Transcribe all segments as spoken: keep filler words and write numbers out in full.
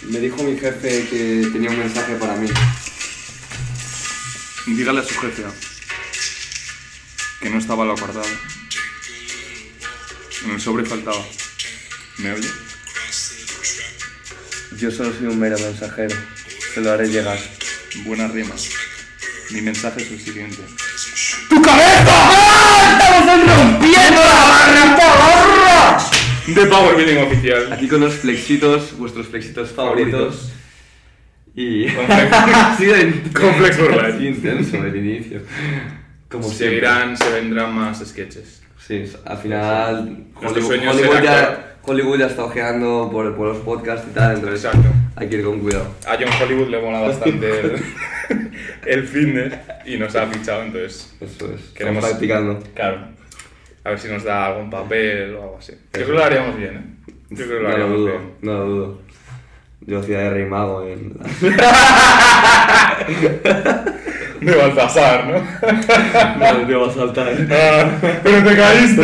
Me dijo mi jefe que tenía un mensaje para mí. Dígale a su jefe que no estaba lo acordado. En el sobre faltaba. ¿Me oye? Yo solo soy un mero mensajero. Se lo haré llegar. Buena rima. Mi mensaje es el siguiente. ¡Tu cabeza! ¡Estamos rompiendo la barra! De Power Meeting oficial. Aquí con los flexitos, vuestros flexitos favoritos. Y... Con flex, sí, de... con flex for life. Sí, intenso el inicio. Como Seguirán, se vendrán más sketches. Sí, al final Nuestro Hollywood, sueño Hollywood, será ya, Hollywood ya está ojeando por, por los podcasts y tal, entonces Exacto. hay que ir con cuidado. A John Hollywood le mola bastante el, el fitness y nos ha fichado, entonces Eso es, queremos estamos practicando. Claro, a ver si nos da algún papel o algo así. Yo creo que lo haríamos bien, ¿eh? Yo creo que lo No lo haríamos dudo, bien. no lo dudo. Yo hacía de Rey Mago en... De Baltasar, ¿no? No, te vas a saltar. Ah, pero te caíste.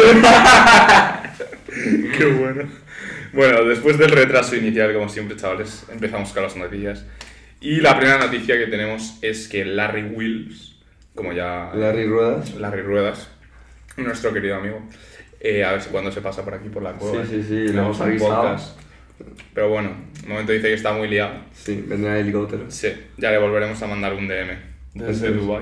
Qué bueno. Bueno, después del retraso inicial, como siempre, chavales, empezamos con las noticias. Y la primera noticia que tenemos es que Larry Wheels, como ya... Larry Ruedas. Larry Ruedas, nuestro querido amigo, eh, a ver si cuando se pasa por aquí por la cueva. Sí, sí, sí, le tenemos hemos un avisado. podcast. Pero bueno, de momento dice que está muy liado. Sí, vendrá el helicóptero. Sí, ya le volveremos a mandar un D M desde Dubai.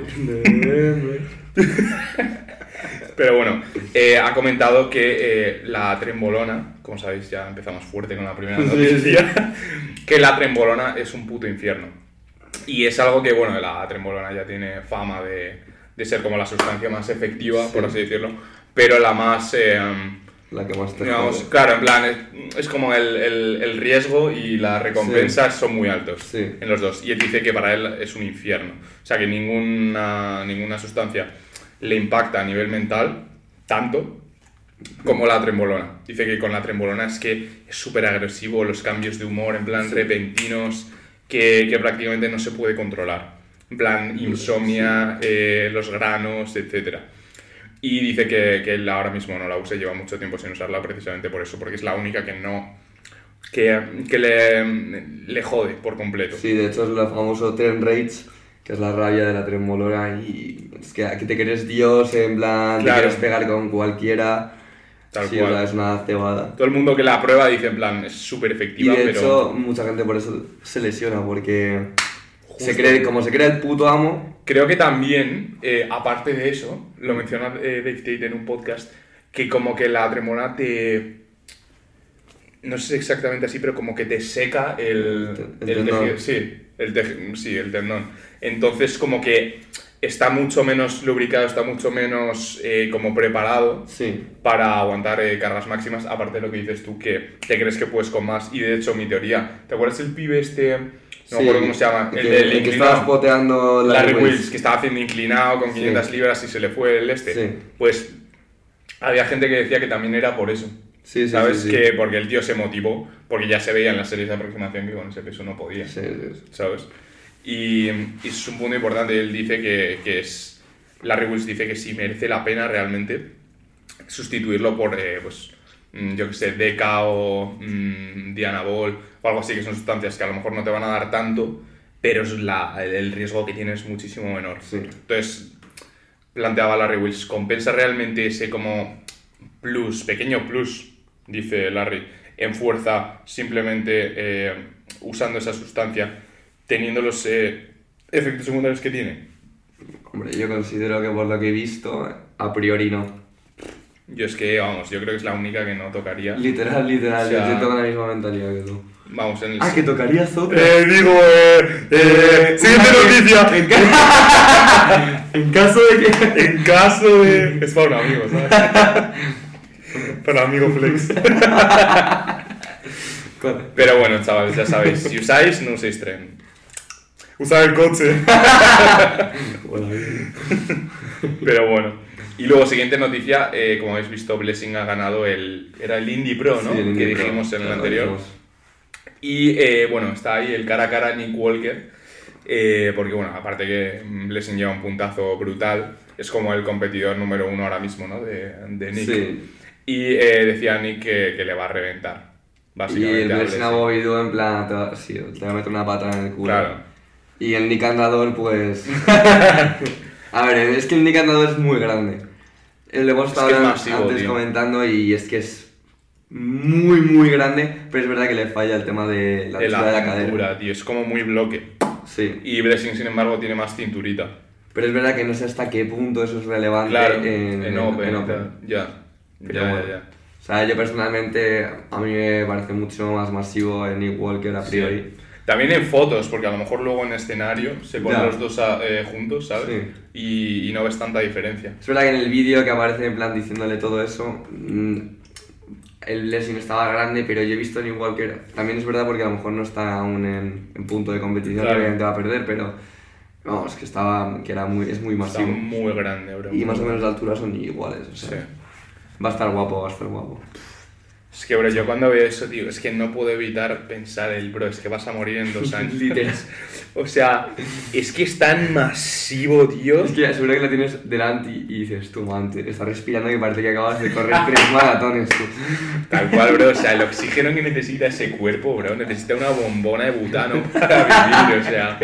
Pero bueno, eh, ha comentado que eh, la trembolona, como sabéis ya empezamos fuerte con la primera noticia, que la trembolona es un puto infierno. Y es algo que, bueno, la trembolona ya tiene fama de, de ser como la sustancia más efectiva, sí, por así decirlo, pero la más... Eh, la que más te digamos, jode. claro, en plan, es, es como el, el, el riesgo y las recompensas sí. son muy altos sí. en los dos. Y él dice que para él es un infierno. O sea, que ninguna, ninguna sustancia le impacta a nivel mental tanto como la trembolona. Dice que con la trembolona es que es súper agresivo, los cambios de humor, en plan sí. repentinos, que, que prácticamente no se puede controlar. En plan, insomnia, sí. eh, los granos, etcétera. Y dice que, que él ahora mismo no la usa, lleva mucho tiempo sin usarla precisamente por eso, porque es la única que no... que, que le, le jode por completo. Sí, de hecho es el famoso Trem Rage, que es la rabia de la trembolona y es que aquí te crees Dios, en plan, claro. te quieres pegar con cualquiera. Tal sí, cual. O sea, es una cebada. Todo el mundo que la prueba dice en plan, es súper efectiva, y de pero... hecho mucha gente por eso se lesiona, porque se cree, como se cree el puto amo... Creo que también, eh, aparte de eso, lo menciona eh, Dave Tate en un podcast, que como que la tremolona te... No sé exactamente así, pero como que te seca el... El, el tendón. tejido, sí, el tejido, sí, el tendón. Entonces como que está mucho menos lubricado, está mucho menos eh, como preparado sí. para aguantar eh, cargas máximas, aparte de lo que dices tú, que te crees que puedes con más. Y de hecho, mi teoría, ¿te acuerdas el pibe este...? No me sí, acuerdo cómo se llama. El, el, que, del el que estaba spoteando Larry, Larry Wheels, Wheels, que estaba haciendo inclinado con quinientas sí. libras y se le fue el este. Sí. Pues había gente que decía que también era por eso. Sí, sí, ¿sabes? Sí, sí. Que porque el tío se motivó, porque ya se veía en las series de aproximación que con ese peso no podía. Sí, sí, sí. ¿Sabes? Y, y es un punto importante. Él dice que, que es... Larry Wheels dice que sí merece la pena realmente sustituirlo por, eh, pues, yo que sé, Deca o mmm, Dianabol o algo así, que son sustancias que a lo mejor no te van a dar tanto, pero es la, el riesgo que tienes es muchísimo menor. Sí. Entonces, planteaba Larry Wheels, ¿compensa realmente ese como plus, pequeño plus, dice Larry, en fuerza simplemente eh, usando esa sustancia, teniendo los eh, efectos secundarios que tiene? Hombre, yo considero que por lo que he visto, a priori no. Yo es que, vamos, yo creo que es la única que no tocaría. Literal, literal, O sea, yo tengo la misma mentalidad que tú. Vamos, en el... Ah, que tocarías otra. Eh, digo, eh, eh, siguiente noticia. En, ca... en caso de que... En caso de... Es para un amigo, ¿sabes? Para amigo flex. Pero bueno, chavales, ya sabéis, si usáis, no uséis tren. Usad el coche. Pero bueno. Y luego, siguiente noticia, eh, como habéis visto, Blessing ha ganado el... Era el Indy Pro, ¿no? Sí, el Indy que Pro, dijimos en el claro, anterior. dijimos. Y eh, bueno, está ahí el cara a cara Nick Walker, eh, porque bueno, aparte que Blessing lleva un puntazo brutal, es como el competidor número uno ahora mismo, ¿no? De, de Nick. Sí. Y eh, decía Nick que, que le va a reventar. básicamente. Y el hable, Blessing sí. a Bobby Doo en plan, te va, sí, te va a meter una pata en el culo. Claro. Y el Nick Andador, pues... a ver, es que el Nick Andador es muy grande. Lo hemos estado Es que es hablando masivo, antes tío. comentando y es que es muy, muy grande, pero es verdad que le falla el tema de la De altura de la la cadera. cintura, tío, es como muy bloque. Sí, Y Blessing, sin embargo, tiene más cinturita. pero es verdad que no sé hasta qué punto eso es relevante Claro, en, en Open, en y Open. tal. Ya, Pero ya, bueno. ya, ya. O sea, yo personalmente, a mí me parece muchísimo más masivo el Nick Walker a priori. Sí. También en fotos, porque a lo mejor luego en escenario se ponen Ya. los dos a- eh, juntos, ¿sabes? Sí. Y, y no ves tanta diferencia. Es verdad que en el vídeo que aparece en plan diciéndole todo eso, mmm, el Blessing estaba grande, pero yo he visto a Nick Walker, también es verdad porque a lo mejor no está aún en, en punto de competición, Claro. obviamente va a perder, pero vamos, que estaba, que era muy, es muy Está masivo. muy grande, bro. Y más o menos la altura son iguales, o sea, Sí. va a estar guapo, va a estar guapo. Es que, bro, yo cuando veo eso, tío, es que no puedo evitar pensar el, bro, es que vas a morir en dos años. Literal. O sea, es que es tan masivo, tío. Es que seguro que la tienes delante y, y dices, tú, man, te- estás respirando y parece que acabas de correr tres maratones, tú. Tal cual, bro, o sea, el oxígeno que necesita ese cuerpo, bro, necesita una bombona de butano para vivir, o sea,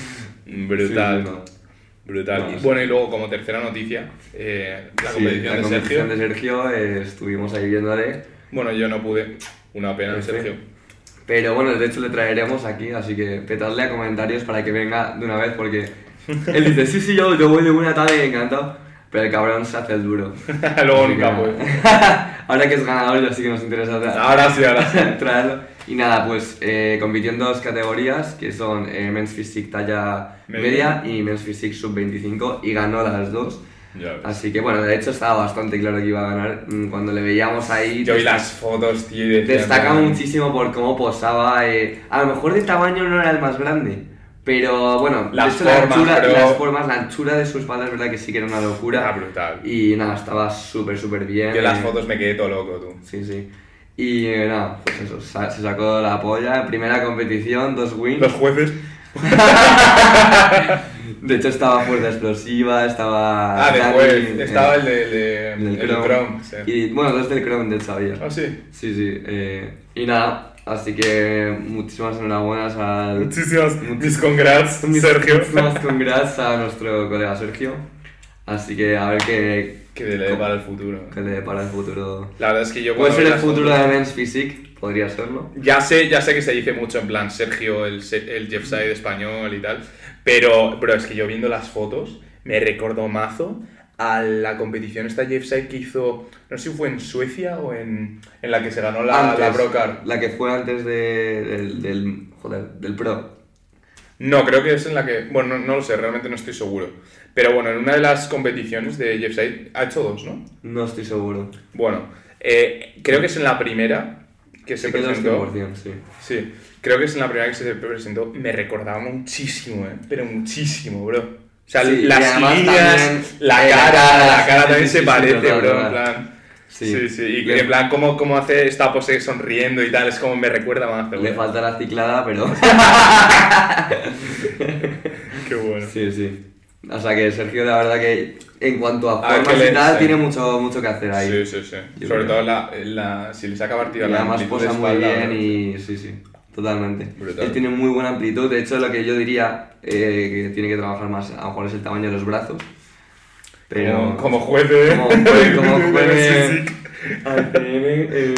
brutal. Sí, sí, no. Brutal. No, Y sí. bueno, y luego como tercera noticia, eh, la Sí, competición la de competición Sergio. de Sergio, eh, estuvimos ahí viéndole. Bueno, yo no pude, una pena, F. Sergio. Pero bueno, de hecho le traeremos aquí, así que petadle a comentarios para que venga de una vez, porque él dice, sí, sí, yo, yo voy de una tal y encantado, pero el cabrón se hace el duro. Luego Así nunca que pude. nada. Ahora que es ganador, ya sí que nos interesa tra- Ahora sí, ahora sí. traerlo. Y nada, pues eh, compitió en dos categorías, que son eh, Men's Physique talla Media. media y Men's Physique sub veinticinco, y ganó las dos. Ya ves. Así que bueno, de hecho estaba bastante claro que iba a ganar. Mm, Cuando le veíamos ahí, Yo vi destaca- las fotos, tío, y decía, destaca "Man". muchísimo por cómo posaba. eh, A lo mejor de tamaño no era el más grande, pero bueno, de Las hecho, la formas, anchura, pero- las formas, la anchura de su espalda es verdad que sí que era una Era locura. brutal. Y nada, estaba súper, súper bien. Yo en las eh, fotos me quedé todo loco, tú. Sí, sí. Y eh, nada, pues eso, sa- se sacó la polla. Primera competición, dos wins. Los jueces. De hecho estaba Fuerza Explosiva, estaba... Ah, de Dani, juez. eh, Estaba el de, el de- el del el Chrome. Chrome, sí. Y bueno, dos del Chrome del Xavier. Ah, sí. Sí, sí. eh, y nada, así que muchísimas enhorabuenas al... Muchísimas, Muchis- mis congrats, mis- Sergio. Muchísimas congrats a nuestro colega Sergio. Así que a ver qué, Que le dé para el futuro. qué le depara el futuro. La verdad es que yo Puede cuando ser vi el las futuro fotos- de Men's Physique, podría serlo. Ya sé, ya sé que se dice mucho en plan Sergio, el, se- el Jeff Side español y tal, pero, bro, es que yo viendo las fotos me recordó mazo a la competición esta Jeff Side que hizo, no sé si fue en Suecia o en, en la que se ganó la, Antes, la Brocar. La que fue antes de, del, del... Joder, del Pro. No, creo que es en la que, bueno, no, no lo sé, realmente no estoy seguro. Pero bueno, en una de las competiciones de Jeff Side, ha hecho dos, ¿no? No estoy seguro. Bueno, eh, creo que es en la primera que se Se quedó presentó. cien por ciento, sí. Sí, creo que es en la primera que se presentó. Me recordaba muchísimo, ¿eh? Pero muchísimo, bro. O sea, Sí, y las además líneas, también, la eh, la cara, cara, la cara sí, también sí, se sí, parece, total, bro. total. En plan. Sí, Sí. sí. Y Le- en plan, cómo, cómo hace esta pose sonriendo y tal, es como me recuerda más. Le bro. falta la ciclada, pero... Qué bueno. Sí, sí. O sea que Sergio, la verdad que en cuanto a A ver formas qué y le- tal, sí. tiene mucho, mucho que hacer ahí. Sí, sí, sí. Yo Sobre creo. todo la, la, si le saca partido a Y la además amplitud de posa muy espalda, bien bro. y... Sí, sí. Totalmente. Brutal. Él tiene muy buena amplitud. De hecho, lo que yo diría eh, que tiene que trabajar más, a lo mejor es el tamaño de los brazos. Pero... Como, como juez de... Como juez, como juez de- Sí, sí. A T M, eh.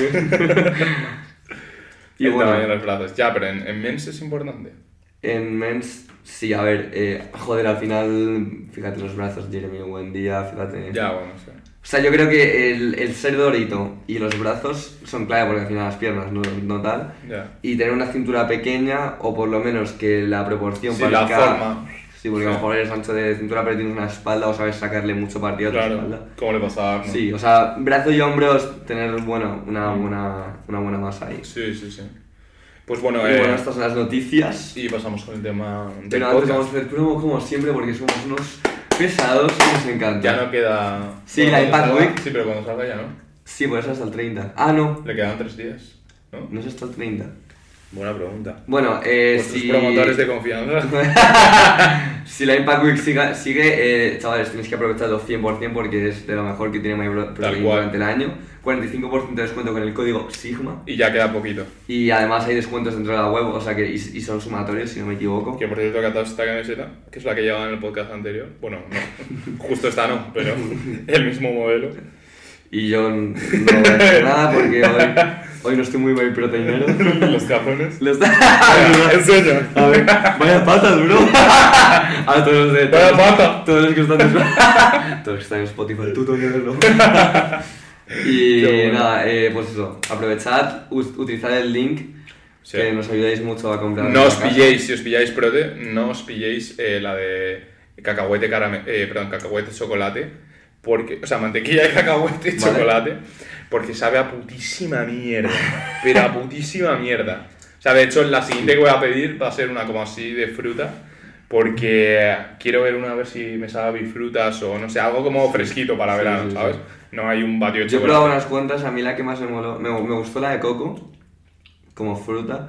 Y El bueno, tamaño de los brazos. Ya, pero en, en mens es importante. en Men's, sí, a ver, eh, joder, al final, fíjate los brazos, Jeremy, buen día, fíjate. Ya, bueno, sí. O sea, yo creo que el, el ser dorito y los brazos son clave porque al final las piernas no, no tal. Ya. Y tener una cintura pequeña o por lo menos que la proporción Sí, para la cada- forma. Sí, porque a Sí. lo mejor eres ancho de cintura pero tienes una espalda o sabes sacarle mucho partido a tu Claro, espalda. ¿cómo le pasa a Arno? Sí, o sea, brazo y hombros, tener, bueno, una buena, una buena masa ahí. Sí, sí, sí. Pues bueno, Y eh, bueno, estas son las noticias. y pasamos con el tema del Pero antes podcast. vamos a hacer promo como siempre porque somos unos pesados y nos encanta. Ya no queda... Sí, bueno, la cuando iPad salga- Week. Sí, pero cuando salga ya no. Sí, pues es hasta el treinta. Ah, no. Le quedan tres días, ¿no? No es hasta el treinta. Buena pregunta. Bueno, eh, Vuestros si... promotores de confianza. si la Impact Week siga- sigue, eh, chavales, tenéis que aprovecharlo cien por ciento porque es de lo mejor que tiene MyProtein cual. durante el año. cuarenta y cinco por ciento de descuento con el código SIGMA. Y ya queda poquito. Y además hay descuentos dentro de la web, o sea que y, y son sumatorios, si no me equivoco. Que por cierto, que atado esta camiseta, que es la que llevaba en el podcast anterior. Bueno, no, justo esta no, pero el mismo modelo. Y yo no voy a hacer nada porque hoy, hoy no estoy muy muy proteinero. Los cazones. Los Enseño. A ver, vaya patas, bro. A todos los de. Vaya pata. Todos los que están en Todos los que están en Spotify, tú también, ¿no? Y bueno. nada, eh, pues eso. Aprovechad, us- utilizad el link. Sí. Que nos ayudáis mucho a comprar. No la os casa. pilléis, si os pilláis prote, no os pilléis eh, la de cacahuete carame eh, perdón, cacahuete chocolate, porque, o sea, mantequilla de cacahuete Vale. chocolate, porque sabe a putísima mierda, pero a putísima mierda. O sea, de hecho, la siguiente que voy a pedir va a ser una como así de fruta, porque quiero ver una a ver si me sabe a bifrutas o no sé, algo como fresquito para Sí, verano, sí, ¿sabes? sí. No hay un batido de Yo he probado chocolate. unas cuantas, a mí la que más me moló, me, me gustó la de coco, como fruta,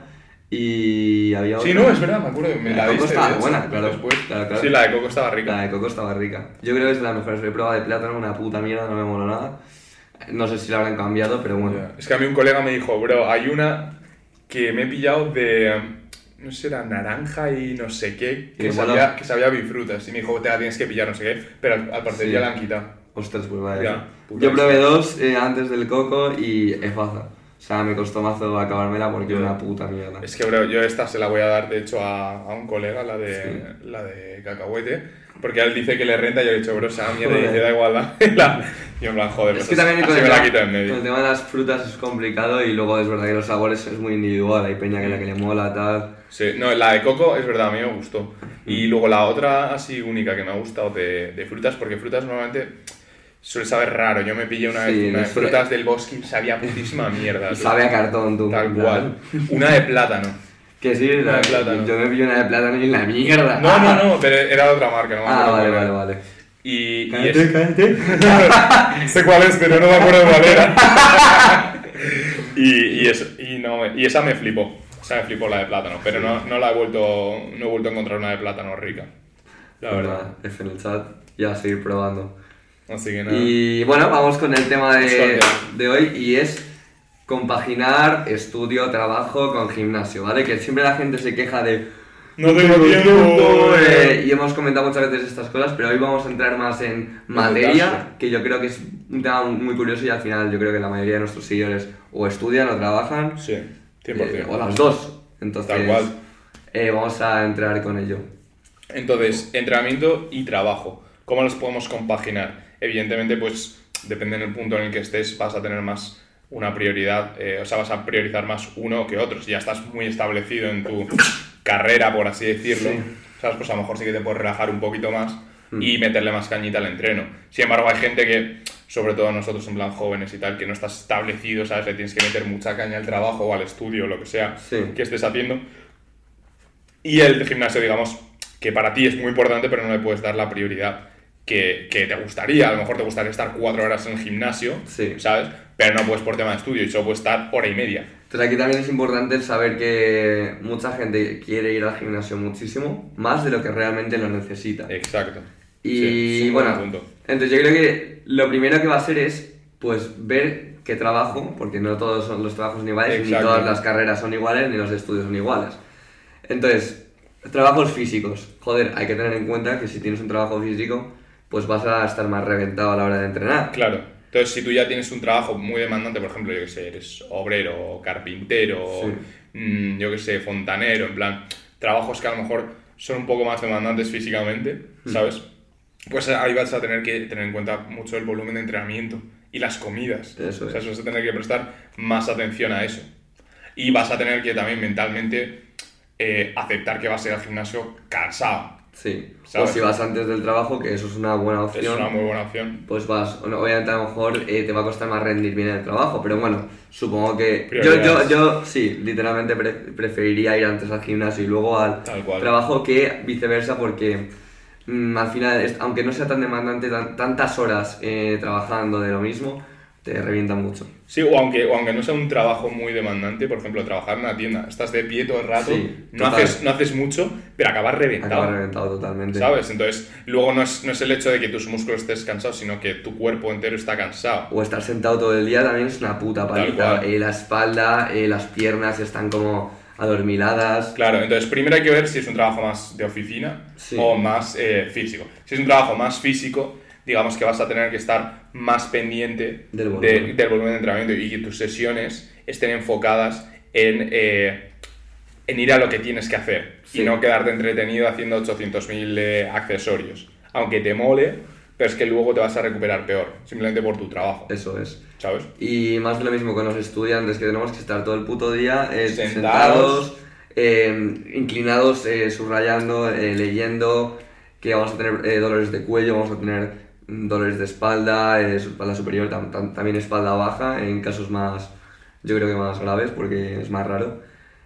y había otra. Sí, no, es verdad, me acuerdo. Me La la de coco diste, estaba de hecho, buena, claro, después. claro, claro. Sí, la de coco estaba rica. La de coco estaba rica. Yo creo que es de las mejores. He probado de plátano, una puta mierda, no me moló nada. No sé si la habrán cambiado, pero bueno. Ya. Es que a mí un colega me dijo, bro, hay una que me he pillado de, no sé, era naranja y no sé qué, Y que me sabía, mola. que sabía bifrutas. Y me dijo, te la tienes que pillar, no sé qué, pero al, al parecer Sí. ya la han quitado. Ostras, pues vaya. Ya, puta Yo probé esta. dos eh, antes del coco y es faza. O sea, me costó mazo acabármela porque Ya. es una puta mierda. Es que, bro, yo esta se la voy a dar, de hecho, a, a un colega, la de, Sí. la de cacahuete, porque él dice que le renta y yo le he dicho, bro, esa mierda, y Joder. dice, da igual, dámela. Y en plan, joder, Es pues que también así con el, me la tema- quito en con el medio. tema de las frutas es complicado y luego es verdad que los sabores es muy individual. Hay peña que la que le mola, tal. Sí, no, la de coco es verdad, a mí me gustó. Y luego la otra así única que me ha gustado de, de frutas, porque frutas normalmente suele saber raro. Yo me pillé una Sí, vez una de no suele- frutas del bosque y sabía putísima mierda. Y tú. sabe a cartón, tú. Tal en cual. plan. Una de plátano. Que sí, Una la- de plátano. yo me pillé una de plátano y en la mierda. No, no, no, pero era de otra marca, no me Ah, acuerdo vale, cuál vale, era. vale. Y, y Cállate, es- cállate. sé cuál es, pero no me acuerdo cuál era. y, y, eso, y, no, y esa me flipó. Esa me flipó la de plátano, pero no, no la he vuelto, no he vuelto a encontrar una de plátano rica. La Pues verdad. nada, F en el chat y a seguir probando. Así que nada. Y bueno, vamos con el tema de, Suerte. de hoy y es compaginar estudio, trabajo con gimnasio, ¿vale? Que siempre la gente se queja de No tengo tiempo, eh, y hemos comentado muchas veces estas cosas, pero hoy vamos a entrar más en materia, que yo creo que es un tema muy curioso y al final yo creo que la mayoría de nuestros seguidores o estudian o trabajan, Sí, cien por eh, ciento. o las dos. Entonces, Tal cual. eh, vamos a entrar con ello. Entonces, entrenamiento y trabajo. ¿Cómo los podemos compaginar? Evidentemente, pues depende del punto en el que estés, vas a tener más una prioridad, eh, o sea, vas a priorizar más uno que otro. Si ya estás muy establecido en tu carrera, por así decirlo, Sí. ¿sabes? Pues a lo mejor sí que te puedes relajar un poquito más Mm. y meterle más cañita al entreno. Sin embargo, hay gente que, sobre todo nosotros en plan jóvenes y tal, que no estás establecido, ¿sabes? Le tienes que meter mucha caña al trabajo o al estudio o lo que sea Sí. que estés haciendo. Y el gimnasio, digamos, que para ti es muy importante, pero no le puedes dar la prioridad que, que te gustaría. A lo mejor te gustaría estar cuatro horas en el gimnasio, Sí. ¿sabes? Pero no puedes por tema de estudio y solo puedes estar hora y media. Entonces aquí también es importante saber que mucha gente quiere ir al gimnasio muchísimo, más de lo que realmente lo necesita. Exacto. Y Sí, es un bueno, buen punto. entonces yo creo que lo primero que va a ser es pues ver qué trabajo, porque no todos son, los trabajos son iguales, Exacto. ni todas las carreras son iguales, ni los estudios son iguales. Entonces, trabajos físicos. Joder, hay que tener en cuenta que si tienes un trabajo físico, pues vas a estar más reventado a la hora de entrenar. Claro. Entonces, si tú ya tienes un trabajo muy demandante, por ejemplo, yo que sé, eres obrero, carpintero, Sí. mmm, yo que sé, fontanero, en plan, trabajos que a lo mejor son un poco más demandantes físicamente, ¿sabes? Pues ahí vas a tener que tener en cuenta mucho el volumen de entrenamiento y las comidas. Eso O sea, es. vas a tener que prestar más atención a eso. Y vas a tener que también mentalmente eh, aceptar que vas a ir al gimnasio cansado. Sí. ¿Sabes? O si vas antes del trabajo, que eso es una buena opción. Es una muy buena opción. Pues vas, bueno, obviamente a lo mejor eh, te va a costar más rendir bien en el trabajo, pero bueno, supongo que yo, yo, Prioridades. yo sí, literalmente pre- preferiría ir antes al gimnasio y luego al Tal cual. trabajo que viceversa porque mm, al final, es- aunque no sea tan demandante, tan- tantas horas eh, trabajando de lo mismo, te revienta mucho. Sí, o aunque, o aunque no sea un trabajo muy demandante, por ejemplo, trabajar en una tienda, estás de pie todo el rato, Sí, no, haces, no haces mucho, pero acabas reventado. Acabas reventado totalmente. ¿Sabes? Entonces, luego no es, no es el hecho de que tus músculos estés cansados, sino que tu cuerpo entero está cansado. O estar sentado todo el día también es una puta paliza. Eh, la espalda, eh, las piernas están como adormiladas. Claro, entonces primero hay que ver si es un trabajo más de oficina Sí. o más eh, físico. Si es un trabajo más físico, digamos que vas a tener que estar más pendiente Del de- volumen. del volumen de entrenamiento y que tus sesiones estén enfocadas en, eh, en ir a lo que tienes que hacer Sí. y no quedarte entretenido haciendo ochocientos mil eh, accesorios. Aunque te mole, pero es que luego te vas a recuperar peor, simplemente por tu trabajo, Eso es. ¿sabes? Y más de lo mismo con los estudiantes, que tenemos que estar todo el puto día eh, Sentados. sentados, eh, inclinados, eh, subrayando, eh, leyendo, que vamos a tener eh, dolores de cuello, vamos a tener mm, dolores de espalda, eh, espalda superior, tam- tam- también espalda baja, en casos más, yo creo que más graves, porque es más raro.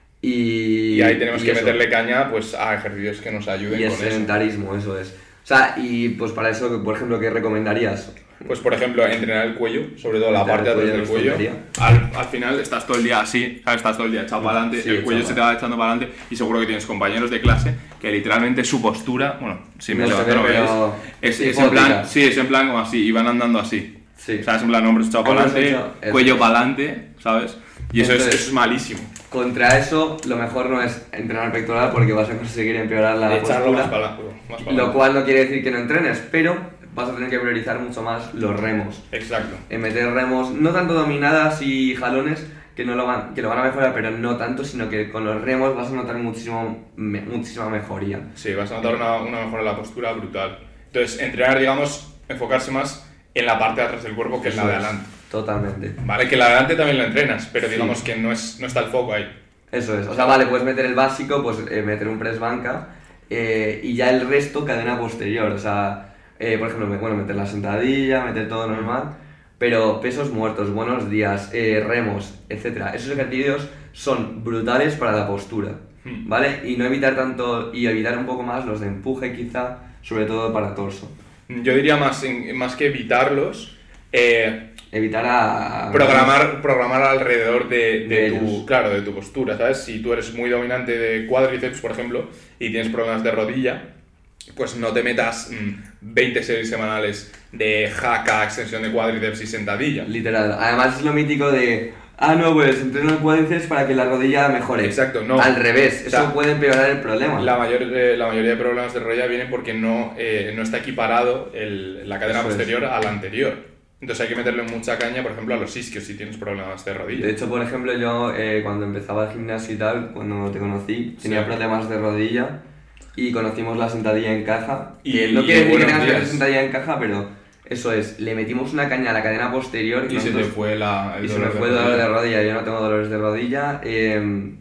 Y, Y ahí tenemos y que eso. meterle caña pues, a ejercicios que nos ayuden Y el con eso. sedentarismo, eso es. O sea, y pues para eso, por ejemplo, ¿qué recomendarías? Pues por ejemplo, entrenar el cuello, sobre todo la Entrenar parte el de atrás cuello del no es cuello. tontería. Al, al final estás todo el día así, ¿sabes? Estás todo el día echado para adelante, Sí, el cuello echado. se te va echando para adelante y seguro que tienes compañeros de clase que literalmente su postura, bueno, si me No se levanto no ve, veis, pero es, es en hipótica. plan, sí, es en plan como así, y van andando así. Sí. O sea, es en plan hombros echados para Hombros adelante, echados, eso cuello es. para adelante, ¿sabes? Y eso, es, Entonces- eso es malísimo. Contra eso, lo mejor no es entrenar pectoral porque vas a conseguir empeorar la Echarlo postura, más para adelante. Más para lo adelante. cual no quiere decir que no entrenes, pero vas a tener que priorizar mucho más los remos. Exacto. En meter remos, no tanto dominadas y jalones, que, no lo van, que lo van a mejorar, pero no tanto, sino que con los remos vas a notar muchísimo, me- muchísima mejoría. Sí, vas a notar una, una mejora en la postura brutal. Entonces, entrenar, digamos, enfocarse más en la parte de atrás del cuerpo que en la de Eso es, adelante. Totalmente. Vale, que la de adelante también la entrenas, pero Sí. digamos que no, es, no está el foco ahí. Eso es, o sea, vale, puedes meter el básico, pues eh, meter un press banca eh, y ya el resto cadena posterior, o sea, eh, por ejemplo, me- bueno, meter la sentadilla, meter todo normal, pero pesos muertos, buenos días, eh, remos, etcétera. Esos ejercicios son brutales para la postura, Mm. ¿vale? Y no evitar tanto, y evitar un poco más los de empuje quizá, sobre todo para torso. Yo diría más, en- más que evitarlos, eh, Evitar a... a- programar, programar alrededor de, de De tu, ellos. claro, de tu postura, ¿sabes? Si tú eres muy dominante de cuádriceps, por ejemplo, y tienes problemas de rodilla, pues no te metas mm, veinte series semanales de jaca, extensión de cuádriceps y sentadilla. Literal. Además es lo mítico de... Ah, no, pues entreno el cuádriceps para que la rodilla mejore. Exacto, no. Al revés, O eso sea, puede empeorar el problema. La, mayor, eh, la mayoría de problemas de rodilla vienen porque no, eh, no está equiparado el- la cadena Eso es. posterior a la anterior. Entonces hay que meterle mucha caña, por ejemplo, a los isquios si tienes problemas de rodilla. De hecho, por ejemplo, yo eh, cuando empezaba el gimnasio y tal, cuando te conocí, tenía Sí. problemas de rodilla y conocimos la sentadilla en caja. Y- que no y quiere decir que buenos tengas que hacer días. sentadilla en caja, pero eso es, le metimos una caña a la cadena posterior Y se te nosotros- fue la, el y se me dolor de fue el dolor de rodilla. rodilla. Yo no tengo dolores de rodilla. eh,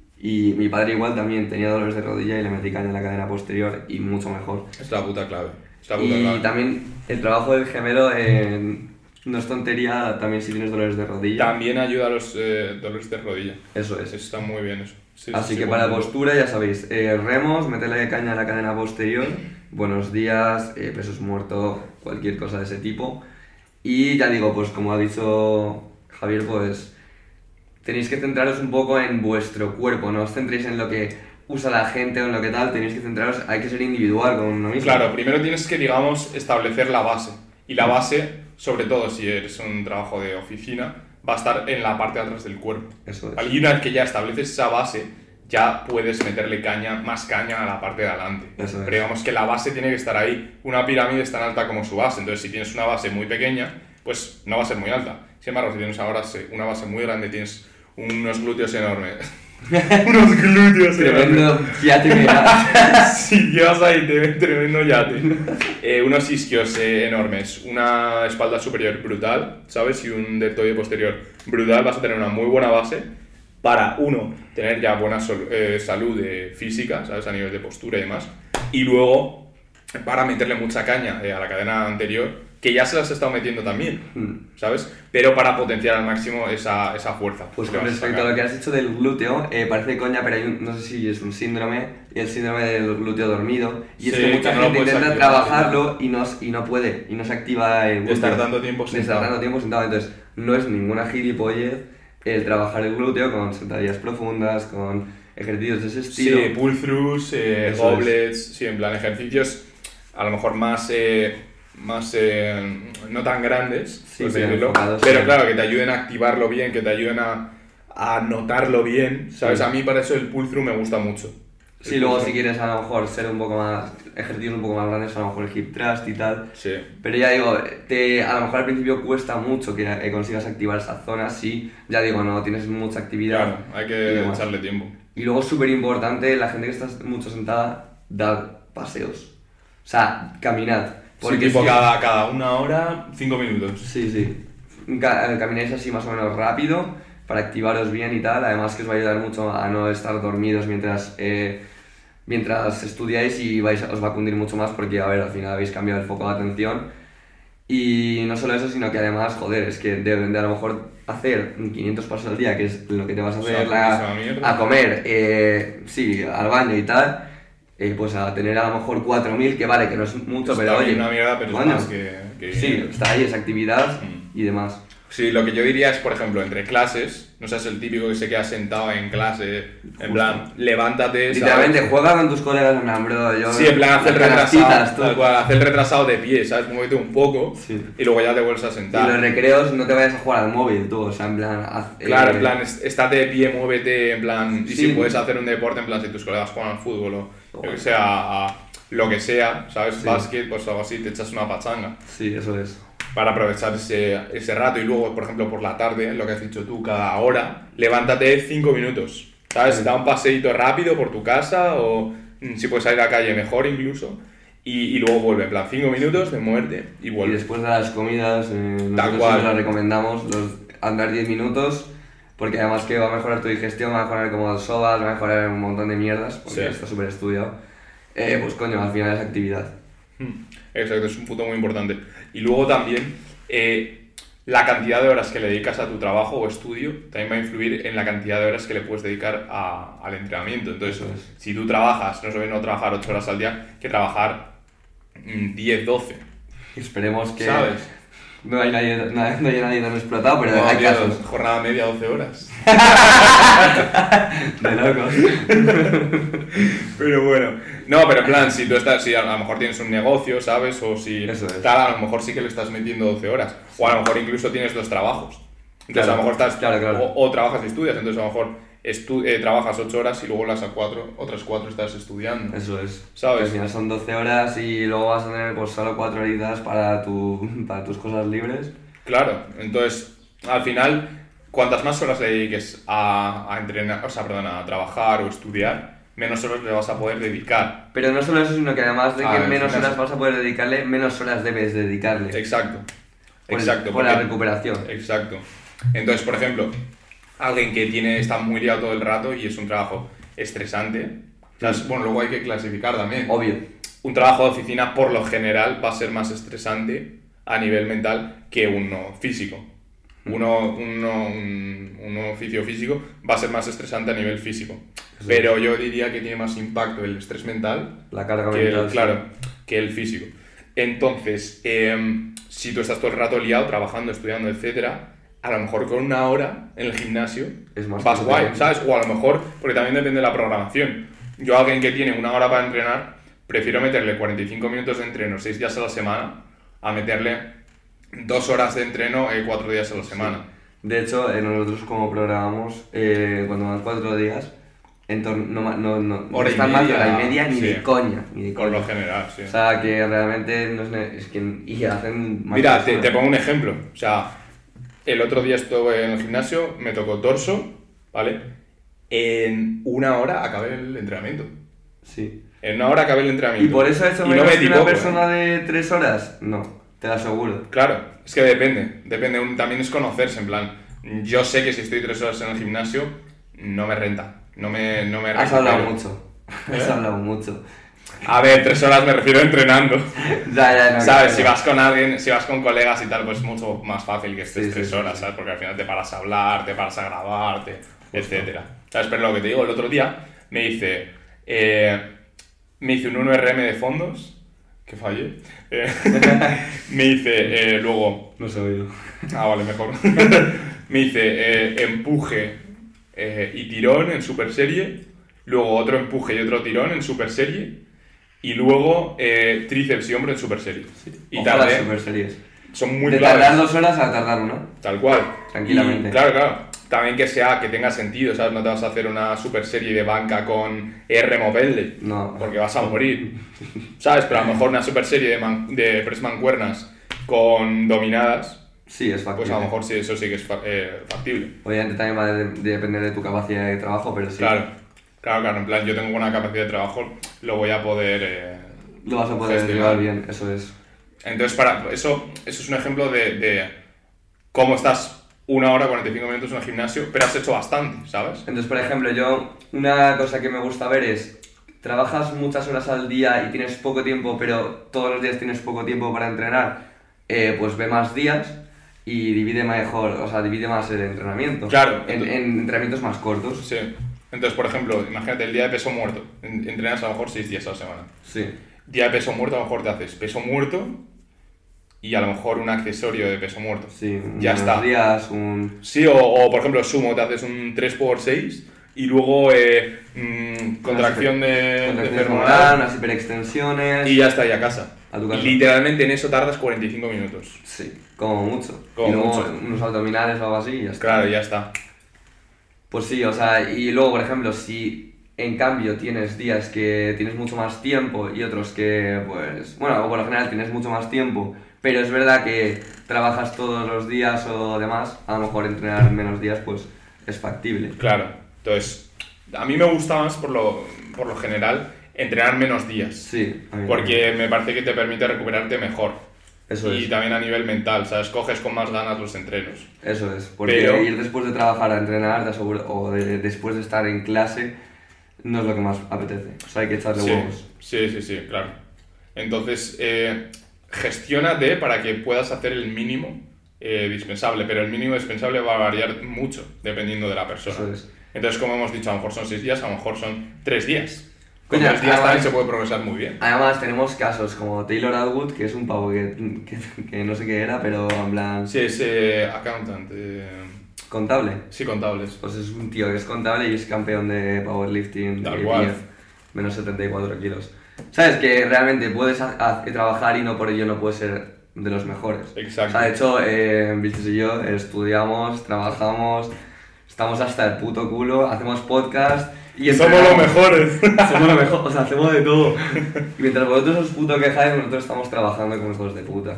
y mi padre igual también tenía dolores de rodilla y le metí caña en la cadena posterior y mucho mejor. Es la puta clave. Es la puta Y clave. también el trabajo del gemelo eh, no es tontería también si tienes dolores de rodilla. También ayuda a los eh, dolores de rodilla. Eso es. Eso está muy bien eso. Sí, Así sí, que sí, para bueno. postura ya sabéis, eh, remos, meterle caña a la cadena posterior, buenos días, eh, pesos muertos, cualquier cosa de ese tipo. Y ya digo, pues como ha dicho Javier, pues tenéis que centraros un poco en vuestro cuerpo, no os centréis en lo que usa la gente o en lo que tal, tenéis que centraros, hay que ser individual con uno mismo. Claro, primero tienes que, digamos, establecer la base. Y la base, sobre todo si eres un trabajo de oficina, va a estar en la parte de atrás del cuerpo. Eso es. Y una vez que ya estableces esa base, ya puedes meterle caña, más caña a la parte de adelante. Eso es. Pero digamos que la base tiene que estar ahí. Una pirámide es tan alta como su base. Entonces, si tienes una base muy pequeña, pues no va a ser muy alta. Sin embargo, si tienes ahora una base muy grande, tienes unos glúteos enormes. unos glúteos enormes. Tremendo yate que da. Si llevas ahí te ven tremendo yate. Eh, unos isquios eh, enormes, una espalda superior brutal, ¿sabes? Y un deltoide posterior brutal, vas a tener una muy buena base para, uno, tener ya buena sol- eh, salud eh, física, ¿sabes? A nivel de postura y demás. Y luego, para meterle mucha caña eh, a la cadena anterior, que ya se las he estado metiendo también, Mm. ¿sabes? Pero para potenciar al máximo esa, esa fuerza. Pues que con vas a respecto a sacar. lo que has dicho del glúteo, eh, parece coña, pero hay un, no sé si es un síndrome, y el síndrome del glúteo dormido. Y es Sí, que mucha que no lo gente puedes intenta activar, trabajarlo y no, y no puede, y no se activa el De glúteo. estar tanto tiempo De estar sentado. tanto tiempo sentado. Entonces, no es ninguna gilipollez el trabajar el glúteo con sentadillas profundas, con ejercicios de ese estilo. Sí, pull-throughs, eh, goblets, es. sí, en plan ejercicios a lo mejor más, eh, más eh, no tan grandes, sí, pues sí, decirlo, pero sí. Claro, que te ayuden a activarlo bien, que te ayuden a, a notarlo bien, ¿sabes? Sí. A mí para eso el pull-through me gusta mucho. Sí, luego si quieres a lo mejor ser un poco más, ejercicios un poco más grandes, a lo mejor el hip thrust y tal. Sí. Pero ya digo, te, a lo mejor al principio cuesta mucho que eh, consigas activar esa zona, sí, ya digo, no tienes mucha actividad. Claro, hay que echarle tiempo. Y luego súper importante, la gente que está mucho sentada, dad paseos. O sea, caminad. Porque sí, tipo si... cada, cada una hora, cinco minutos. Sí, sí. Camináis así más o menos rápido para activaros bien y tal. Además que os va a ayudar mucho a no estar dormidos mientras... Eh, mientras estudiáis y vais, os va a cundir mucho más porque, a ver, al final habéis cambiado el foco de atención. Y no solo eso, sino que además, joder, es que de, de a lo mejor hacer quinientos pasos al día, que es lo que te vas a hacer, la, a comer, eh, sí, al baño y tal, eh, pues a tener a lo mejor cuatro mil, que vale, que no es mucho, está pero oye... una mierda, pero bueno, es más que, que... Sí, está ahí, esa actividad mm. y demás. Sí, lo que yo diría es, por ejemplo, entre clases, no seas el típico que se queda sentado en clase, en Justo. plan, levántate, literalmente, ¿sabes? juega con tus colegas en plan, bro, yo... Sí, en plan, haz el retrasado, tal cual, haz el retrasado de pie, ¿sabes? Muévete un poco sí. y luego ya te vuelves a sentar. Y los recreos no te vayas a jugar al móvil, tú, o sea, en plan... Haz, claro, eh... en plan, estate de pie, muévete, en plan, y sí. si puedes hacer un deporte, en plan, si tus colegas juegan al fútbol o oh. yo que sea, a lo que sea, ¿sabes? Sí. Básquet, pues algo así, te echas una pachanga. Sí, eso es. Para aprovechar ese, ese rato y luego, por ejemplo, por la tarde, lo que has dicho tú, cada hora, levántate cinco minutos, ¿sabes? Sí. Da un paseíto rápido por tu casa o si puedes salir a la calle mejor incluso y, y luego vuelve, en plan cinco minutos de muerte y vuelve. Y después de las comidas, eh, nosotros siempre las recomendamos, los, andar diez minutos porque además que va a mejorar tu digestión, va a mejorar como el sobas, va a mejorar un montón de mierdas porque sí. está súper estudiado. Eh, pues coño, al final es actividad. Exacto, es un punto muy importante. Y luego también, eh, la cantidad de horas que le dedicas a tu trabajo o estudio también va a influir en la cantidad de horas que le puedes dedicar a, al entrenamiento. Entonces, es. si tú trabajas, no es lo mismo trabajar ocho horas al día que trabajar mmm, diez, doce. Esperemos que... ¿Sabes? No hay nadie, no hay, no hay nadie tan explotado, pero no, hay tío, casos. Jornada media, doce horas. De locos. Pero bueno. No, pero en plan, si tú estás, si a lo mejor tienes un negocio, ¿sabes? O si Eso es. tal, a lo mejor sí que le estás metiendo doce horas. O a lo mejor incluso tienes dos trabajos. Entonces claro, a lo mejor estás... Claro, claro. O, o trabajas y estudias, entonces a lo mejor estu eh, trabajas ocho horas y luego las a cuatro, otras cuatro estás estudiando. Eso es. ¿Sabes? Que al final son doce horas y luego vas a tener pues solo cuatro horitas para, tu, para tus cosas libres. Claro, entonces al final, cuantas más horas le dediques a, a entrenar, o sea, perdón, a trabajar o estudiar, menos horas le vas a poder dedicar. Pero no solo eso, sino que además de que ah, menos horas vas a poder dedicarle, menos horas debes dedicarle. Exacto. Por, Exacto. Por porque, la recuperación. Exacto. Entonces, por ejemplo, alguien que tiene está muy liado todo el rato y es un trabajo estresante, o sea, es, bueno, luego hay que clasificar también. Obvio. Un trabajo de oficina, por lo general, va a ser más estresante a nivel mental que uno físico. Uno, uno, un, un oficio físico va a ser más estresante a nivel físico. Sí. Pero yo diría que tiene más impacto el estrés mental, la carga que mental, el, claro, sí. que el físico. Entonces, eh, si tú estás todo el rato liado, trabajando, estudiando, etcétera, a lo mejor con una hora en el gimnasio es más vas guay, ¿sabes? O a lo mejor, porque también depende de la programación. Yo a alguien que tiene una hora para entrenar, prefiero meterle cuarenta y cinco minutos de entreno seis días a la semana a meterle dos horas de entreno eh, cuatro días a la semana. Sí. De hecho, eh, nosotros como programamos, eh, cuando van cuatro días, en torno, no, no, no, no están más de hora y media ni sí. de coña. Ni de Por coña. lo general, sí. O sea, que realmente no es, es que y hacen más. Mira, te, te pongo un ejemplo. O sea, el otro día estuve en el gimnasio, me tocó torso, ¿vale? En una hora acabé el entrenamiento. Sí. En una hora acabé el entrenamiento. ¿Y por eso ha hecho menos no que una persona ¿eh? de tres horas? No. Te lo aseguro. Claro, es que depende, depende, también es conocerse, en plan, yo sé que si estoy tres horas en el gimnasio, no me renta, no me, no me Has hablado mucho, ¿Eh? has hablado mucho. A ver, tres horas me refiero a entrenando. ya, ya, no, ¿sabes? No, si no. vas con alguien, si vas con colegas y tal, pues es mucho más fácil que estés sí, tres sí, horas, sí, ¿sabes? Porque al final te paras a hablar, te paras a grabarte, etcétera. ¿Sabes? Pero lo que te digo, el otro día me hice, eh, me hice un uno R M de fondos, que fallé. Eh, me dice eh, luego... No se ha oído. Ah, vale, mejor. Me dice eh, empuje eh, y tirón en super serie, luego otro empuje y otro tirón en super serie, y luego eh, tríceps y hombro en super serie. Sí. Y Ojo a las tardé, super series. son muy De claves. tardar dos horas a tardar una. Tal cual. Tranquilamente. Y, claro, claro. También que sea, que tenga sentido, ¿sabes? No te vas a hacer una super serie de banca con R Mopelde. No. Porque vas a morir. ¿Sabes? Pero a lo mejor una super serie de, man, de press mancuernas con dominadas, Sí, es factible. pues a lo mejor sí, eso sí que es fa eh, factible. Obviamente también va a de de depender de tu capacidad de trabajo, pero sí. Claro, claro, claro. En plan, yo tengo buena capacidad de trabajo, lo voy a poder... Eh, Lo vas a poder gestionar. llevar bien, eso es. Entonces, para eso, eso es un ejemplo de, de cómo estás una hora, cuarenta y cinco minutos en el gimnasio, pero has hecho bastante, ¿sabes? Entonces, por ejemplo, yo, una cosa que me gusta ver es, trabajas muchas horas al día y tienes poco tiempo, pero todos los días tienes poco tiempo para entrenar, eh, pues ve más días y divide mejor, o sea, divide más el entrenamiento. Claro. En, en entrenamientos más cortos. Sí. Entonces, por ejemplo, imagínate el día de peso muerto, en- entrenas a lo mejor seis días a la semana. Sí. Día de peso muerto, a lo mejor te haces peso muerto y a lo mejor un accesorio de peso muerto. Sí, Ya unos está. días, un... Sí, o, o, por ejemplo sumo, te haces un tres por seis y luego eh, mmm, contracción de, de contracciones femoral femoral, unas hiperextensiones... y ya está, y a casa. A tu casa. Y literalmente en eso tardas cuarenta y cinco minutos. Sí, como mucho. Como y luego mucho. unos abdominales o algo así y ya está. Claro, ya está. Pues sí, o sea, y luego, por ejemplo, si en cambio tienes días que tienes mucho más tiempo y otros que, pues, bueno, por lo general tienes mucho más tiempo, pero es verdad que trabajas todos los días o demás, a lo mejor entrenar menos días, pues es factible. Claro. Entonces, a mí me gusta más por lo, por lo general entrenar menos días. Sí, a mí Porque me parece que te permite recuperarte mejor. Eso y es. también a nivel mental, ¿sabes? Coges con más ganas los entrenos. Eso es, porque Pero- ir después de trabajar a entrenar, te aseguro, o de- después de estar en clase, no es lo que más apetece. O sea, hay que echarle Sí, huevos. sí, sí, sí, claro. Entonces, eh, gestiónate para que puedas hacer el mínimo eh, dispensable, pero el mínimo dispensable va a variar mucho dependiendo de la persona. Eso es. Entonces, como hemos dicho, a lo mejor son seis días, a lo mejor son tres días. Con Coño, tres días además- también se puede progresar muy bien. Además, tenemos casos como Taylor Atwood, que es un pavo que, que, que no sé qué era, pero en plan Sí, es eh, accountant. eh, contable. sí, contables. Pues es un tío que es contable y es campeón de powerlifting Tal de cual. diez, menos setenta y cuatro kilos. ¿Sabes? Que realmente puedes ha- ha- trabajar y no por ello no puedes ser de los mejores. Exacto. O sea, de hecho, eh, Vilches y yo estudiamos, trabajamos, estamos hasta el puto culo, hacemos podcast y Somos los entrenamos. mejores. Somos lo mejor, o sea, hacemos de todo. Y mientras vosotros os puto quejáis, nosotros estamos trabajando como hijos de puta.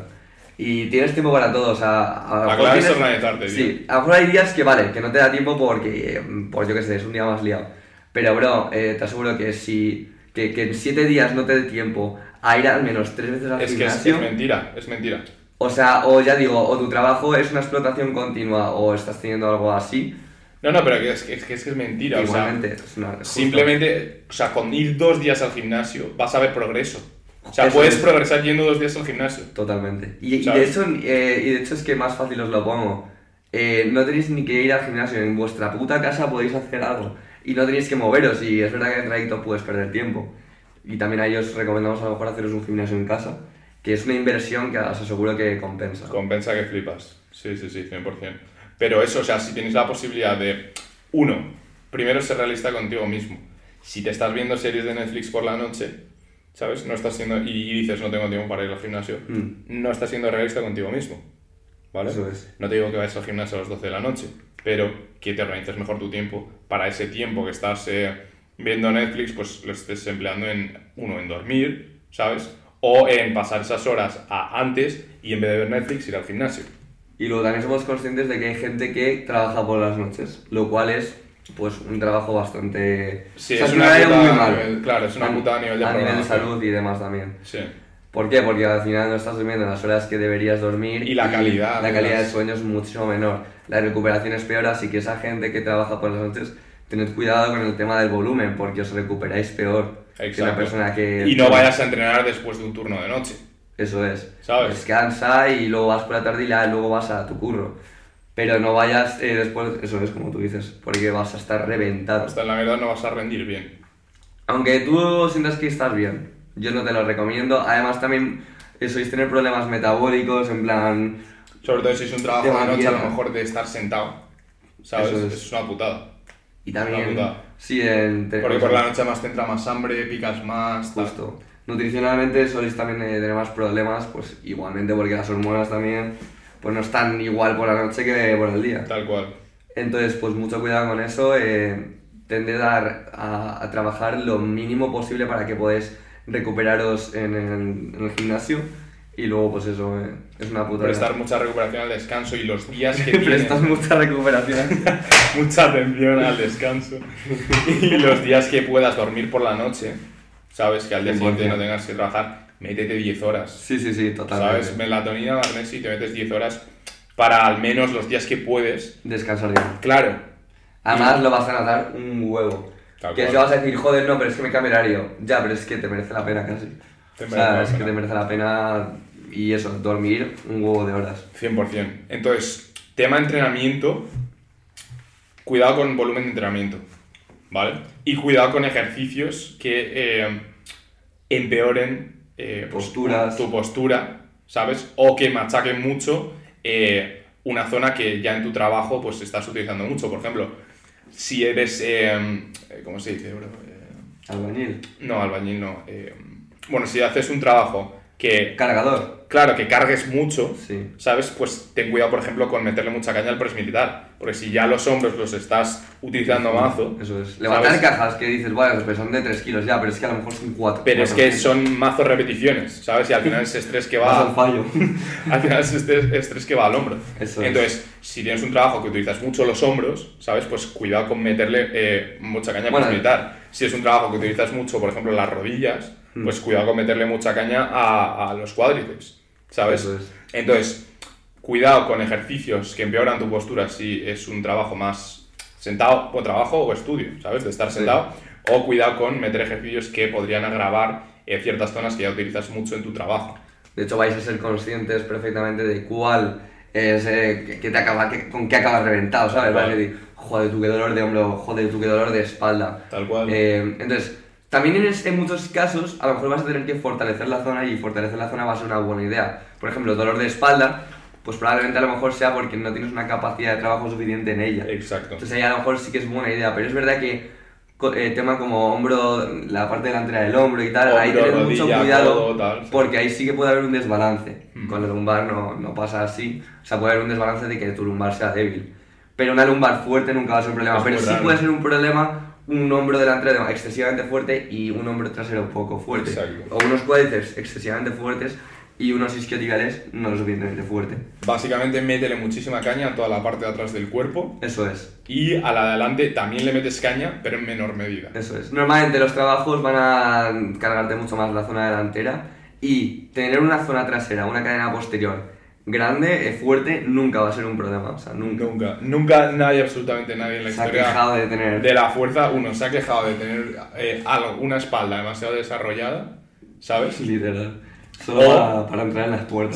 Y tienes tiempo para todo, o sea... A lo La mejor clave es tienes- organizarte, tío. Sí, a lo mejor hay días que vale, que no te da tiempo porque, eh, por yo que sé, es un día más liado. Pero, bro, eh, te aseguro que si... Que, que en siete días no te dé tiempo a ir al menos tres veces al Es que es, gimnasio... es mentira, es mentira. O sea, o ya digo, o tu trabajo es una explotación continua o estás teniendo algo así. No, no, pero que es que es, que es, que es mentira. O sea, Igualmente, es una... justo. simplemente, o sea, con ir dos días al gimnasio vas a ver progreso. O sea, Eso puedes es. progresar yendo dos días al gimnasio. Totalmente. Y, y de ¿Sabes? hecho, eh, y de hecho es que más fácil os lo pongo. Eh, no tenéis ni que ir al gimnasio, en vuestra puta casa podéis hacer algo. Y no tenéis que moveros, y es verdad que en trayecto puedes perder tiempo. Y también a ellos recomendamos a lo mejor haceros un gimnasio en casa, que es una inversión que os aseguro que compensa. Compensa que flipas. Sí, sí, sí, cien por ciento. Pero eso, o sea, si tienes la posibilidad de, uno, primero ser realista contigo mismo. Si te estás viendo series de Netflix por la noche, ¿sabes? No estás siendo, y dices no tengo tiempo para ir al gimnasio, Mm. no estás siendo realista contigo mismo. ¿Vale? Eso es. No te digo que vayas al gimnasio a las doce de la noche, pero que te organices mejor tu tiempo para ese tiempo que estás eh, viendo Netflix, pues lo estés empleando en, uno, en dormir, ¿sabes? O en pasar esas horas a antes y en vez de ver Netflix ir al gimnasio. Y luego también somos conscientes de que hay gente que trabaja por las noches, lo cual es pues un trabajo bastante... Sí, o sea, es un una horario putada muy a malo. nivel- claro, es una A- putada a nivel de A nivel de programación. salud y demás también. Sí. ¿Por qué? Porque al final no estás durmiendo las horas que deberías dormir Y la calidad la de calidad las- del sueño es muchísimo menor. La recuperación es peor, así que esa gente que trabaja por las noches, tened cuidado con el tema del volumen, porque os recuperáis peor que una Exacto. persona que... Y no vayas a entrenar después de un turno de noche. Eso es. ¿Sabes? Descansa y luego vas por la tarde y la- luego vas a tu curro. Pero no vayas eh, después, eso es como tú dices, porque vas a estar reventado. Hasta en la verdad no vas a rendir bien. Aunque tú sientas que estás bien, yo no te lo recomiendo. Además también eh, sois tener problemas metabólicos, en plan... Sobre todo si es un trabajo Te de noche, a lo mantiene. mejor de estar sentado, ¿sabes? Eso Eso es. es, una putada. Y Una también... putada. Sí, en... te- Porque o por sea, la noche además te entra más hambre, picas más, tal. Justo. Nutricionalmente soléis también eh, tener más problemas, pues igualmente porque las hormonas también pues no están igual por la noche que por el día. Tal cual. Entonces, pues mucho cuidado con eso. Eh, tended a, a, a trabajar lo mínimo posible para que podáis recuperaros en el, en el gimnasio. Y luego, pues eso, eh, es una puta. Prestar mucha recuperación al descanso y los días que tienes... Prestas mucha recuperación. mucha atención al descanso. Y los días que puedas dormir por la noche, ¿sabes? Que al día siguiente no tengas que trabajar, métete diez horas. Sí, sí, sí, totalmente. ¿Sabes? Melatonina, magnesio y te metes diez horas para al menos los días que puedes. Descansar bien. Claro. Además, lo vas a notar un huevo. Tal Que cual. te vas a decir, joder, no, pero es que me cambia el horario. Ya, pero es que te merece la pena casi. Te o merece sea, la es que pena. te merece la pena y eso, dormir un huevo de horas. cien por ciento. Entonces, tema entrenamiento, cuidado con volumen de entrenamiento, ¿vale? Y cuidado con ejercicios que eh, empeoren eh, pues, Posturas. tu postura, ¿sabes? O que machaquen mucho eh, una zona que ya en tu trabajo pues estás utilizando mucho. Por ejemplo, si eres... Eh, ¿cómo se dice, bro? Eh, Albañil. no, albañil no. Eh, bueno, si haces un trabajo que... Cargador. Claro, que cargues mucho, Sí. ¿sabes? Pues ten cuidado, por ejemplo, con meterle mucha caña al press militar. Porque si ya los hombros los estás utilizando mazo... Eso es. Levantar ¿sabes? cajas que dices, bueno, pues son de tres kilos ya, pero es que a lo mejor son cuatro. Pero es que son mazo repeticiones, ¿sabes? Y al final ese estrés que va... un fallo. al final ese estrés, estrés que va al hombro. Eso es. Entonces, si tienes un trabajo que utilizas mucho los hombros, ¿sabes? Pues cuidado con meterle eh, mucha caña al Bueno, press militar. Si es un trabajo que utilizas mucho, por ejemplo, las rodillas, Hmm. pues cuidado con meterle mucha caña a, a los cuádriceps, ¿sabes? Eso es. Entonces, cuidado con ejercicios que empeoran tu postura si es un trabajo más sentado, o trabajo o estudio, ¿sabes? De estar Sí. sentado. O cuidado con meter ejercicios que podrían agravar eh, ciertas zonas que ya utilizas mucho en tu trabajo. De hecho, vais a ser conscientes perfectamente de cuál es, eh, que, que te acaba, que, con qué acabas reventado, ¿sabes? Tal cual. Vas a decir, joder, tú qué dolor de hombro, joder, tú qué dolor de espalda. Tal cual. Eh, entonces, también en, es- en muchos casos, a lo mejor vas a tener que fortalecer la zona y fortalecer la zona va a ser una buena idea. Por ejemplo, dolor de espalda, pues probablemente a lo mejor sea porque no tienes una capacidad de trabajo suficiente en ella. Exacto. Entonces ahí a lo mejor sí que es buena idea, pero es verdad que co- eh, tema como hombro, la parte delantera del hombro y tal, ahí Hombro, tener mucho rodilla, cuidado codo, tal, sí. porque ahí sí que puede haber un desbalance. Ujú. Con el lumbar no, no pasa así, o sea, puede haber un desbalance de que tu lumbar sea débil. Pero una lumbar fuerte nunca va a ser un problema, Es pero muy sí raro. puede ser un problema un hombro delantero excesivamente fuerte y un hombro trasero poco fuerte. Exacto. O unos cuádriceps excesivamente fuertes y unos isquiotibiales no lo suficientemente fuerte. Básicamente, métele muchísima caña a toda la parte de atrás del cuerpo. Eso es. Y a la de adelante también le metes caña, pero en menor medida. Eso es. Normalmente los trabajos van a cargarte mucho más la zona delantera y tener una zona trasera, una cadena posterior grande, eh, fuerte, nunca va a ser un problema. O sea, nunca. Nunca, nunca nadie, absolutamente nadie en la Se ha historia quejado de tener. de la fuerza, uno se ha quejado de tener eh, algo, una espalda demasiado desarrollada, ¿sabes? Literal. Solo O- para, para entrar en las puertas.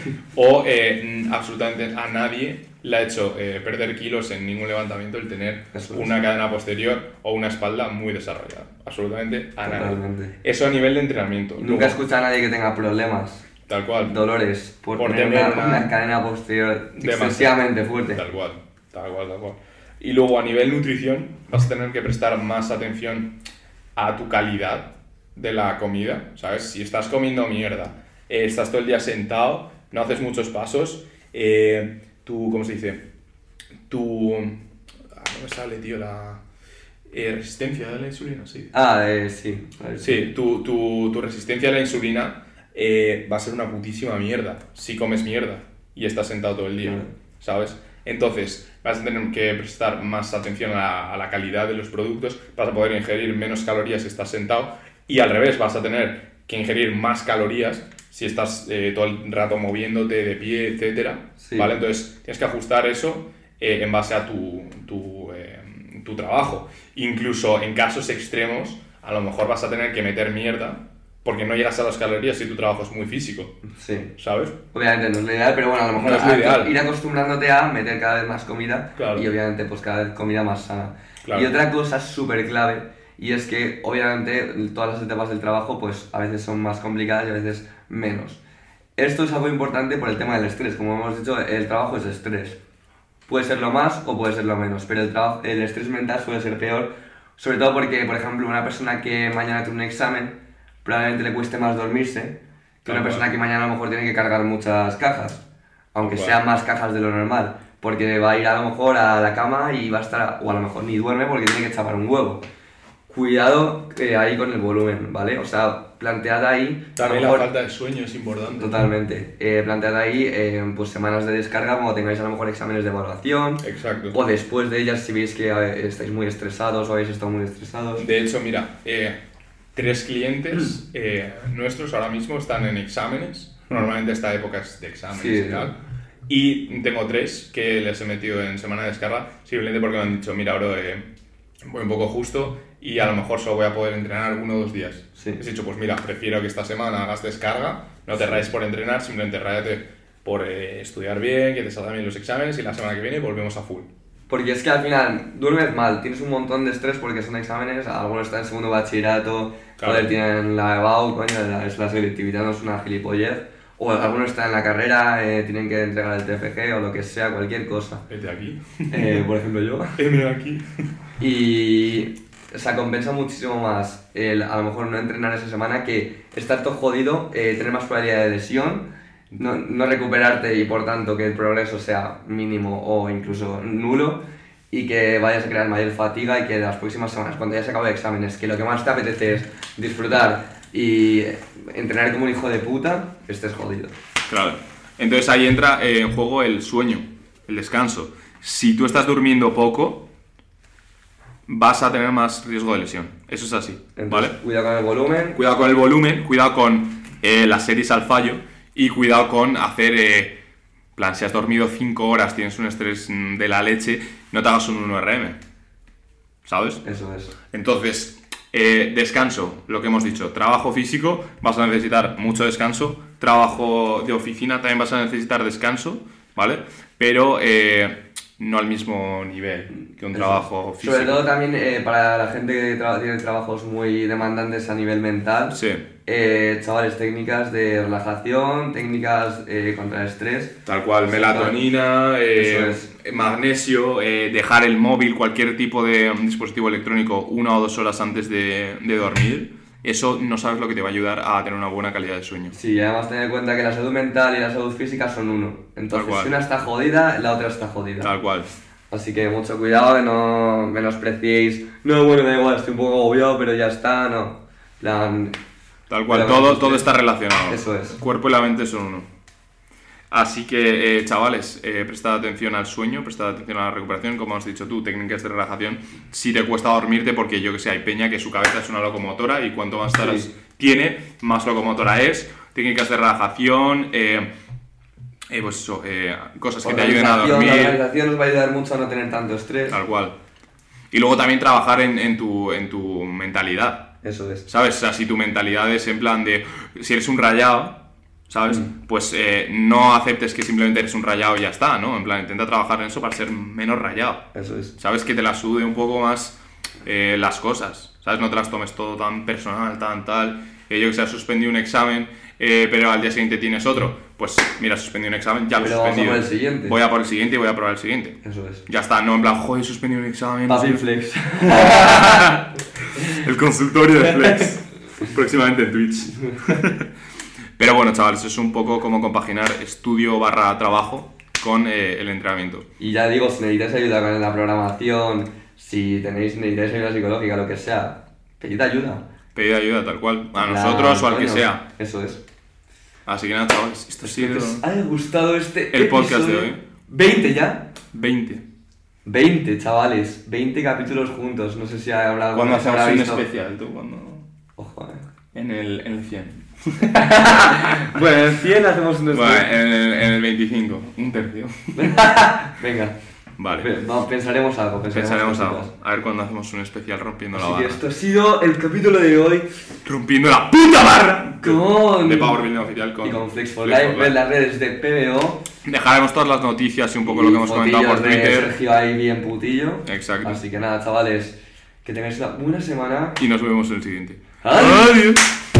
O eh, n- absolutamente a nadie le ha hecho eh, perder kilos en ningún levantamiento el tener Eso es. una cadena posterior o una espalda muy desarrollada. Absolutamente a nadie. Totalmente. Eso a nivel de entrenamiento. Y nunca he escuchado a nadie que tenga problemas, Tal cual. dolores, por, Por tener, tener una, una- una cadena posterior Demasiado. excesivamente fuerte. Tal cual, tal cual, tal cual. Y luego a nivel nutrición vas a tener que prestar más atención a tu calidad de la comida, ¿sabes? Si estás comiendo mierda, eh, estás todo el día sentado, no haces muchos pasos, eh, tu, ¿cómo se dice? Tu... ah, no me sale, tío, la... eh, resistencia de la insulina, sí. Ah, eh, sí. a ver. Sí, tu, tu, tu resistencia a la insulina eh, va a ser una putísima mierda si comes mierda y estás sentado todo el día, Claro. ¿sabes? Entonces, vas a tener que prestar más atención a la, a la calidad de los productos, vas a poder ingerir menos calorías si estás sentado y al revés, vas a tener que ingerir más calorías si estás eh, todo el rato moviéndote de pie, etcétera, Sí. ¿vale? Entonces, tienes que ajustar eso eh, en base a tu, tu, eh, tu trabajo. Incluso en casos extremos, a lo mejor vas a tener que meter mierda porque no llegas a las calorías si tu trabajo es muy físico, Sí. ¿sabes? Obviamente no es lo ideal, pero bueno, a lo mejor No es lo a- ideal. ir acostumbrándote a meter cada vez más comida Claro. y obviamente pues cada vez comida más sana. Claro. Y otra cosa súper clave y es que obviamente todas las etapas del trabajo pues a veces son más complicadas y a veces menos. Esto es algo importante por el tema del estrés, como hemos dicho, el trabajo es estrés. Puede ser lo más o puede ser lo menos, pero el, trabajo, el estrés mental suele ser peor, sobre todo porque, por ejemplo, una persona que mañana tiene un examen probablemente le cueste más dormirse que una persona que mañana a lo mejor tiene que cargar muchas cajas, aunque sean más cajas de lo normal, porque va a ir a lo mejor a la cama y va a estar, o a lo mejor ni duerme porque tiene que chapar un huevo. Cuidado eh, ahí con el volumen, ¿vale? O sea, plantead ahí... También mejor, la falta de sueño es importante. Totalmente. Eh, plantead ahí eh, pues semanas de descarga cuando tengáis a lo mejor exámenes de evaluación. Exacto. O después de ellas si veis que eh, estáis muy estresados o habéis estado muy estresados. De hecho, mira, eh, tres clientes eh, nuestros ahora mismo están en exámenes. Normalmente esta época es de exámenes Sí, y tal. Y tengo tres que les he metido en semana de descarga simplemente porque me han dicho, mira, bro, eh, voy un poco justo y a lo mejor solo voy a poder entrenar uno o dos días. Sí. Les he dicho, pues mira, prefiero que esta semana hagas descarga, no te rayes por entrenar, simplemente ráyate por eh, estudiar bien, que te salgan bien los exámenes y la semana que viene volvemos a full. Porque es que al final duermes mal, tienes un montón de estrés porque son exámenes, algunos están en segundo bachillerato, Claro. joder, tienen la EBAU, coño, la, es la selectividad, no es una gilipollez, o algunos están en la carrera, eh, tienen que entregar el T F G o lo que sea, cualquier cosa. Vete aquí. Eh, por ejemplo yo. Vete aquí. Y o sea, compensa muchísimo más el a lo mejor no entrenar esa semana que estar todo jodido, eh, tener más probabilidad de lesión, no, no recuperarte y por tanto que el progreso sea mínimo o incluso nulo y que vayas a crear mayor fatiga y que las próximas semanas cuando ya se acabe de exámenes que lo que más te apetece es disfrutar y entrenar como un hijo de puta, estés jodido. Claro. Entonces ahí entra eh, en juego el sueño, el descanso. Si tú estás durmiendo poco, vas a tener más riesgo de lesión. Eso es así, Entonces, ¿vale? cuidado con el volumen. Cuidado con el volumen, cuidado con eh, las series al fallo y cuidado con hacer... Eh, plan, si has dormido cinco horas, tienes un estrés mm, de la leche, no te hagas un uno R M. ¿Sabes? Eso es. Entonces, eh, descanso, lo que hemos dicho, trabajo físico, vas a necesitar mucho descanso, trabajo de oficina también vas a necesitar descanso, ¿vale? Pero eh, no al mismo nivel que un Eso trabajo es. físico. Sobre todo también eh, para la gente que tra- tiene trabajos muy demandantes a nivel mental. Sí. Eh, chavales, técnicas de relajación, técnicas eh, contra el estrés. Tal cual, melatonina, eh, Eso magnesio, eh, dejar el móvil, cualquier tipo de dispositivo electrónico una o dos horas antes de, de dormir. Eso no sabes lo que te va a ayudar a tener una buena calidad de sueño. Sí, y además tener en cuenta que la salud mental y la salud física son uno. Entonces, cual. si una está jodida, la otra está jodida. Tal cual. Así que mucho cuidado, que no menospreciéis. No, bueno, da igual, estoy un poco agobiado, pero ya está, no. Plan, Tal cual, la todo, mente- todo está relacionado. Eso es. El cuerpo y la mente son uno. Así que, eh, chavales, eh, prestad atención al sueño, prestad atención a la recuperación, como has dicho tú, técnicas de relajación. Si te cuesta dormirte, porque yo que sé, hay peña que su cabeza es una locomotora y cuanto más taras Sí. tiene, más locomotora es. Técnicas de relajación, eh, eh, pues eso, eh, cosas que te ayuden a organización, La dormir. organización os va a ayudar mucho a no tener tanto estrés. Tal cual. Y luego también trabajar en, en, tu, en tu mentalidad. Eso es. ¿Sabes? O sea, si tu mentalidad es en plan de... Si eres un rayado, ¿sabes? Mm. Pues eh, no aceptes que simplemente eres un rayado y ya está, ¿no? En plan, intenta trabajar en eso para ser menos rayado. Eso es. ¿Sabes? Que te la sude un poco más eh, las cosas. ¿Sabes? No te las tomes todo tan personal, tan tal. Eh, yo que sé, has suspendido un examen, eh, pero al día siguiente tienes otro. Pues mira, suspendí un examen, ya lo he Pero vamos a suspendido. por el siguiente. Voy a por el siguiente y voy a probar el siguiente. Eso es. Ya está, no en plan, joder, he suspendido un examen. Papi Flex. El consultorio de Flex. Próximamente en Twitch. Pero bueno, chavales, eso es un poco como compaginar estudio barra trabajo con eh, el entrenamiento. Y ya digo, si necesitáis ayuda con la programación, si tenéis, necesitáis ayuda psicológica, lo que sea, pedid ayuda. Pedid ayuda tal cual, a La- nosotros o al que coño, sea. Eso es. Así que nada, chavales, esto ha Espero sido que os haya gustado este el podcast de episodio. hoy. veinte ya. veinte. veinte, chavales. veinte capítulos juntos. No sé si habrá ¿Cuándo alguno que se habrá hacemos un visto. especial, tú? ¿Cuándo? Ojo, eh. En el, en el cien. Bueno, en el cien hacemos un Bueno, en el, en el veinticinco, un tercio. Venga. Vale, Ve- no, pensaremos algo. Pensaremos, pensaremos cositas. algo. A ver cuándo hacemos un especial rompiendo la Así que barra. esto ha sido el capítulo de hoy Rompiendo la puta barra. con... De Power Building Oficial con y con Flex for Flex Life, for ven Life. las redes de P B O. Dejaremos todas las noticias y un poco lo que hemos comentado por fotillos de Twitter. Sergio ahí bien putillo. Exacto. Así que nada, chavales, Que tengáis una buena semana. Y nos vemos en el siguiente. ¡Adiós! ¡Adiós!